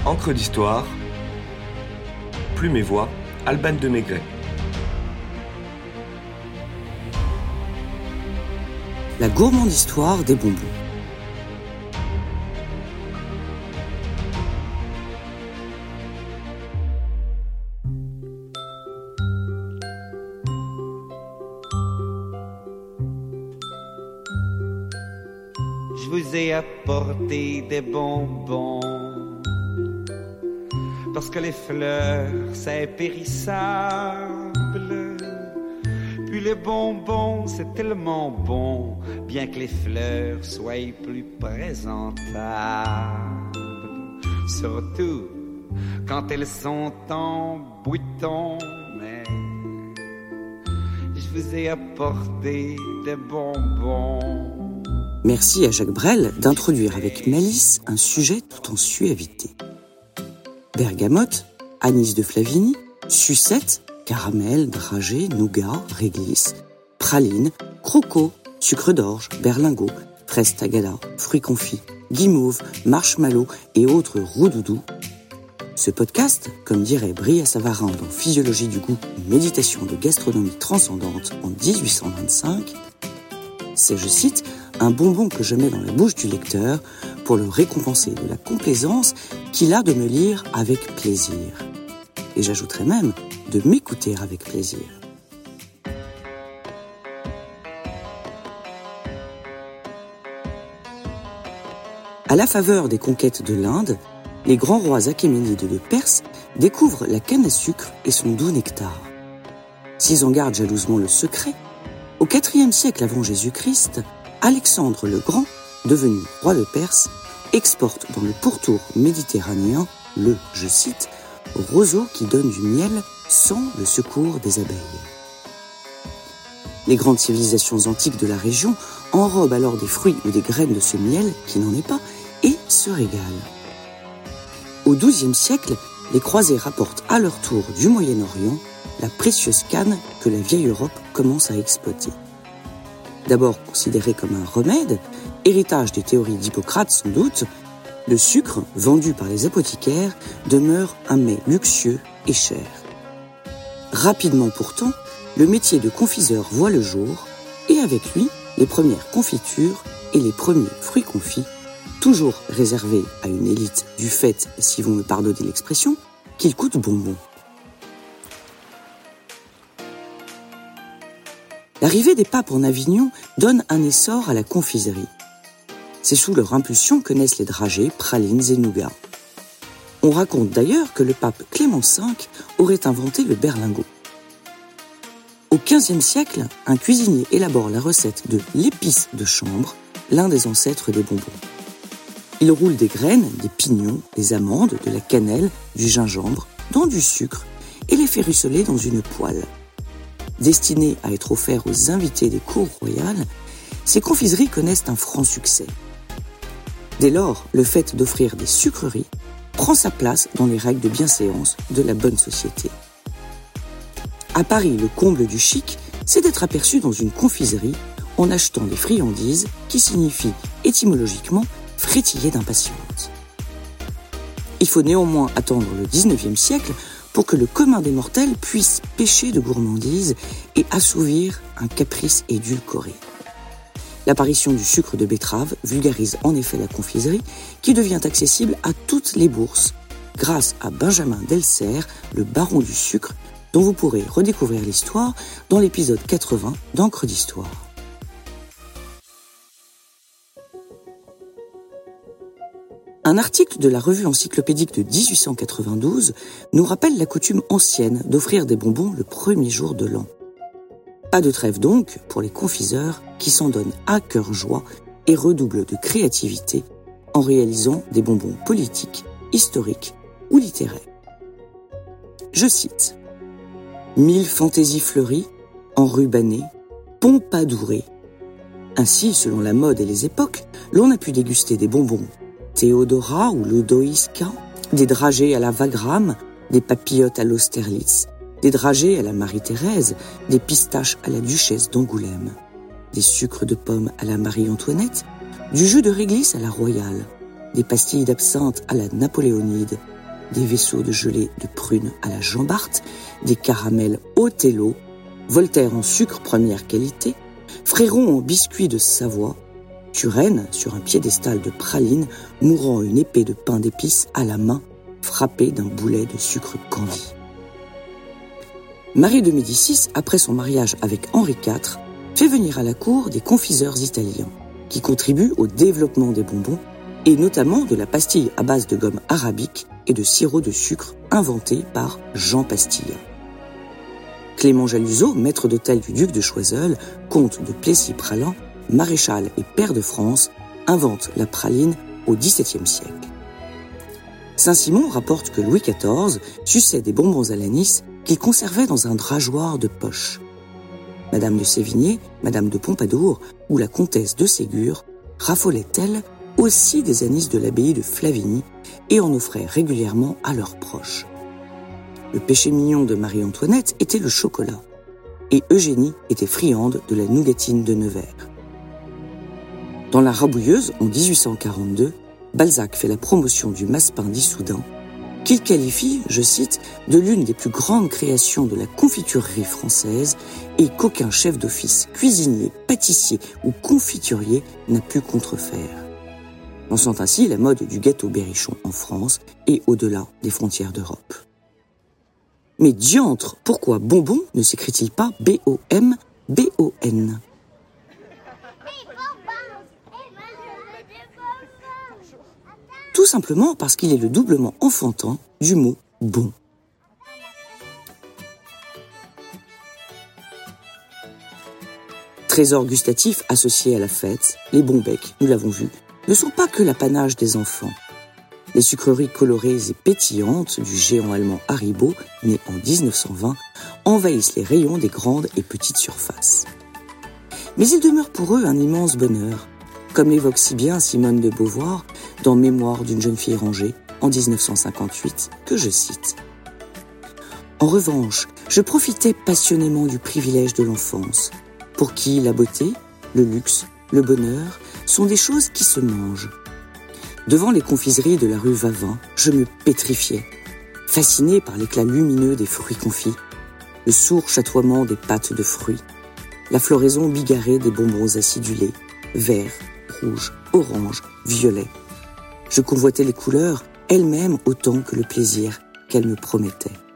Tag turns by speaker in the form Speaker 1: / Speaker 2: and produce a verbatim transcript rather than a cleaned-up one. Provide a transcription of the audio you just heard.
Speaker 1: Encre d'histoire, Plume et Voix, Alban de Maigret.
Speaker 2: La gourmande histoire des bonbons.
Speaker 3: Je vous ai apporté des bonbons parce que les fleurs, c'est périssable. Puis les bonbons, c'est tellement bon, bien que les fleurs soient plus présentables. Surtout quand elles sont en bouton. Mais je vous ai apporté des bonbons.
Speaker 2: Merci à Jacques Brel d'introduire avec malice un sujet tout en suavité. Bergamote, anis de Flavigny, sucette, caramel, dragée, nougat, réglisse, praline, croco, sucre d'orge, berlingot, fraise tagada, fruits confits, guimauve, marshmallow et autres roudoudous. Ce podcast, comme dirait Bria Savarin dans Physiologie du goût, une méditation de gastronomie transcendante en dix-huit cent vingt-cinq, c'est, je cite, un bonbon que je mets dans la bouche du lecteur pour le récompenser de la complaisance qu'il a de me lire avec plaisir. Et j'ajouterai même de m'écouter avec plaisir. À la faveur des conquêtes de l'Inde, les grands rois achéménides de Perse découvrent la canne à sucre et son doux nectar. S'ils en gardent jalousement le secret, au quatrième siècle avant Jésus-Christ, Alexandre le Grand, devenu roi de Perse, exporte dans le pourtour méditerranéen le, je cite, roseau qui donne du miel sans le secours des abeilles. Les grandes civilisations antiques de la région enrobent alors des fruits ou des graines de ce miel qui n'en est pas et se régalent. Au douzième siècle, les croisés rapportent à leur tour du Moyen-Orient la précieuse canne que la vieille Europe commence à exploiter. D'abord considéré comme un remède, héritage des théories d'Hippocrate sans doute, le sucre, vendu par les apothicaires, demeure un mets luxueux et cher. Rapidement pourtant, le métier de confiseur voit le jour, et avec lui, les premières confitures et les premiers fruits confits, toujours réservés à une élite du fait, si vous me pardonnez l'expression, qu'ils coûtent bonbon. L'arrivée des papes en Avignon donne un essor à la confiserie. C'est sous leur impulsion que naissent les dragées, pralines et nougats. On raconte d'ailleurs que le pape Clément cinq aurait inventé le berlingot. Au quinzième siècle, un cuisinier élabore la recette de l'épice de chanvre, l'un des ancêtres des bonbons. Il roule des graines, des pignons, des amandes, de la cannelle, du gingembre, dans du sucre et les fait ruisseler dans une poêle. Destinées à être offerts aux invités des cours royales, ces confiseries connaissent un franc succès. Dès lors, le fait d'offrir des sucreries prend sa place dans les règles de bienséance de la bonne société. À Paris, le comble du chic, c'est d'être aperçu dans une confiserie en achetant des friandises qui signifient étymologiquement frétiller d'impatience. Il faut néanmoins attendre le dix-neuvième siècle pour que le commun des mortels puisse pécher de gourmandise et assouvir un caprice édulcoré. L'apparition du sucre de betterave vulgarise en effet la confiserie, qui devient accessible à toutes les bourses, grâce à Benjamin Delcer, le baron du sucre, dont vous pourrez redécouvrir l'histoire dans l'épisode quatre-vingts d'Encre d'histoire. Un article de la revue encyclopédique de dix-huit cent quatre-vingt-douze nous rappelle la coutume ancienne d'offrir des bonbons le premier jour de l'an. Pas de trêve donc pour les confiseurs qui s'en donnent à cœur joie et redoublent de créativité en réalisant des bonbons politiques, historiques ou littéraires. Je cite « Mille fantaisies fleuries, enrubannées, pompadourées. Ainsi, selon la mode et les époques, l'on a pu déguster des bonbons Théodora ou Lodoïska, des dragées à la Wagram, des papillotes à l'Austerlitz, des dragées à la Marie-Thérèse, des pistaches à la Duchesse d'Angoulême, des sucres de pomme à la Marie-Antoinette, du jus de réglisse à la Royale, des pastilles d'absinthe à la Napoléonide, des vaisseaux de gelée de prunes à la Jean Bart, des caramels Othello, Voltaire en sucre première qualité, Fréron en biscuits de Savoie, Turenne sur un piédestal de pralines, mourant une épée de pain d'épices à la main, frappée d'un boulet de sucre candi. Marie de Médicis, après son mariage avec Henri quatre, fait venir à la cour des confiseurs italiens, qui contribuent au développement des bonbons, et notamment de la pastille à base de gomme arabique et de sirop de sucre inventé par Jean Pastille. Clément Jaluseau, maître d'hôtel du duc de Choiseul, comte de Plessis-Praslin, maréchal et pair de France, invente la praline au dix-septième siècle. Saint-Simon rapporte que Louis quatorze suçait des bonbons à l'anis qu'il conservait dans un drageoir de poche. Madame de Sévigné, Madame de Pompadour ou la comtesse de Ségur raffolaient-elles aussi des anis de l'abbaye de Flavigny et en offraient régulièrement à leurs proches. Le péché mignon de Marie-Antoinette était le chocolat, et Eugénie était friande de la nougatine de Nevers. Dans La Rabouilleuse, en dix-huit cent quarante-deux, Balzac fait la promotion du massepain d'Issoudun, qu'il qualifie, je cite, de l'une des plus grandes créations de la confiturerie française et qu'aucun chef d'office, cuisinier, pâtissier ou confiturier n'a pu contrefaire. Lançant ainsi la mode du gâteau berrichon en France et au-delà des frontières d'Europe. Mais diantre, pourquoi bonbon ne s'écrit-il pas B O M B O N ? Tout simplement parce qu'il est le doublement enfantin du mot « bon ». Trésor gustatif associé à la fête, les bons becs, nous l'avons vu, ne sont pas que l'apanage des enfants. Les sucreries colorées et pétillantes du géant allemand Haribo, né en dix-neuf cent vingt, envahissent les rayons des grandes et petites surfaces. Mais il demeure pour eux un immense bonheur, comme l'évoque si bien Simone de Beauvoir dans Mémoires d'une jeune fille rangée en dix-neuf cent cinquante-huit, que je cite. En revanche, je profitais passionnément du privilège de l'enfance, pour qui la beauté, le luxe, le bonheur sont des choses qui se mangent. Devant les confiseries de la rue Vavin, je me pétrifiais, fasciné par l'éclat lumineux des fruits confits, le sourd chatoiement des pâtes de fruits, la floraison bigarrée des bonbons acidulés, verts, rouges, oranges, violets. Je convoitais les couleurs, elles-mêmes autant que le plaisir qu'elles me promettaient.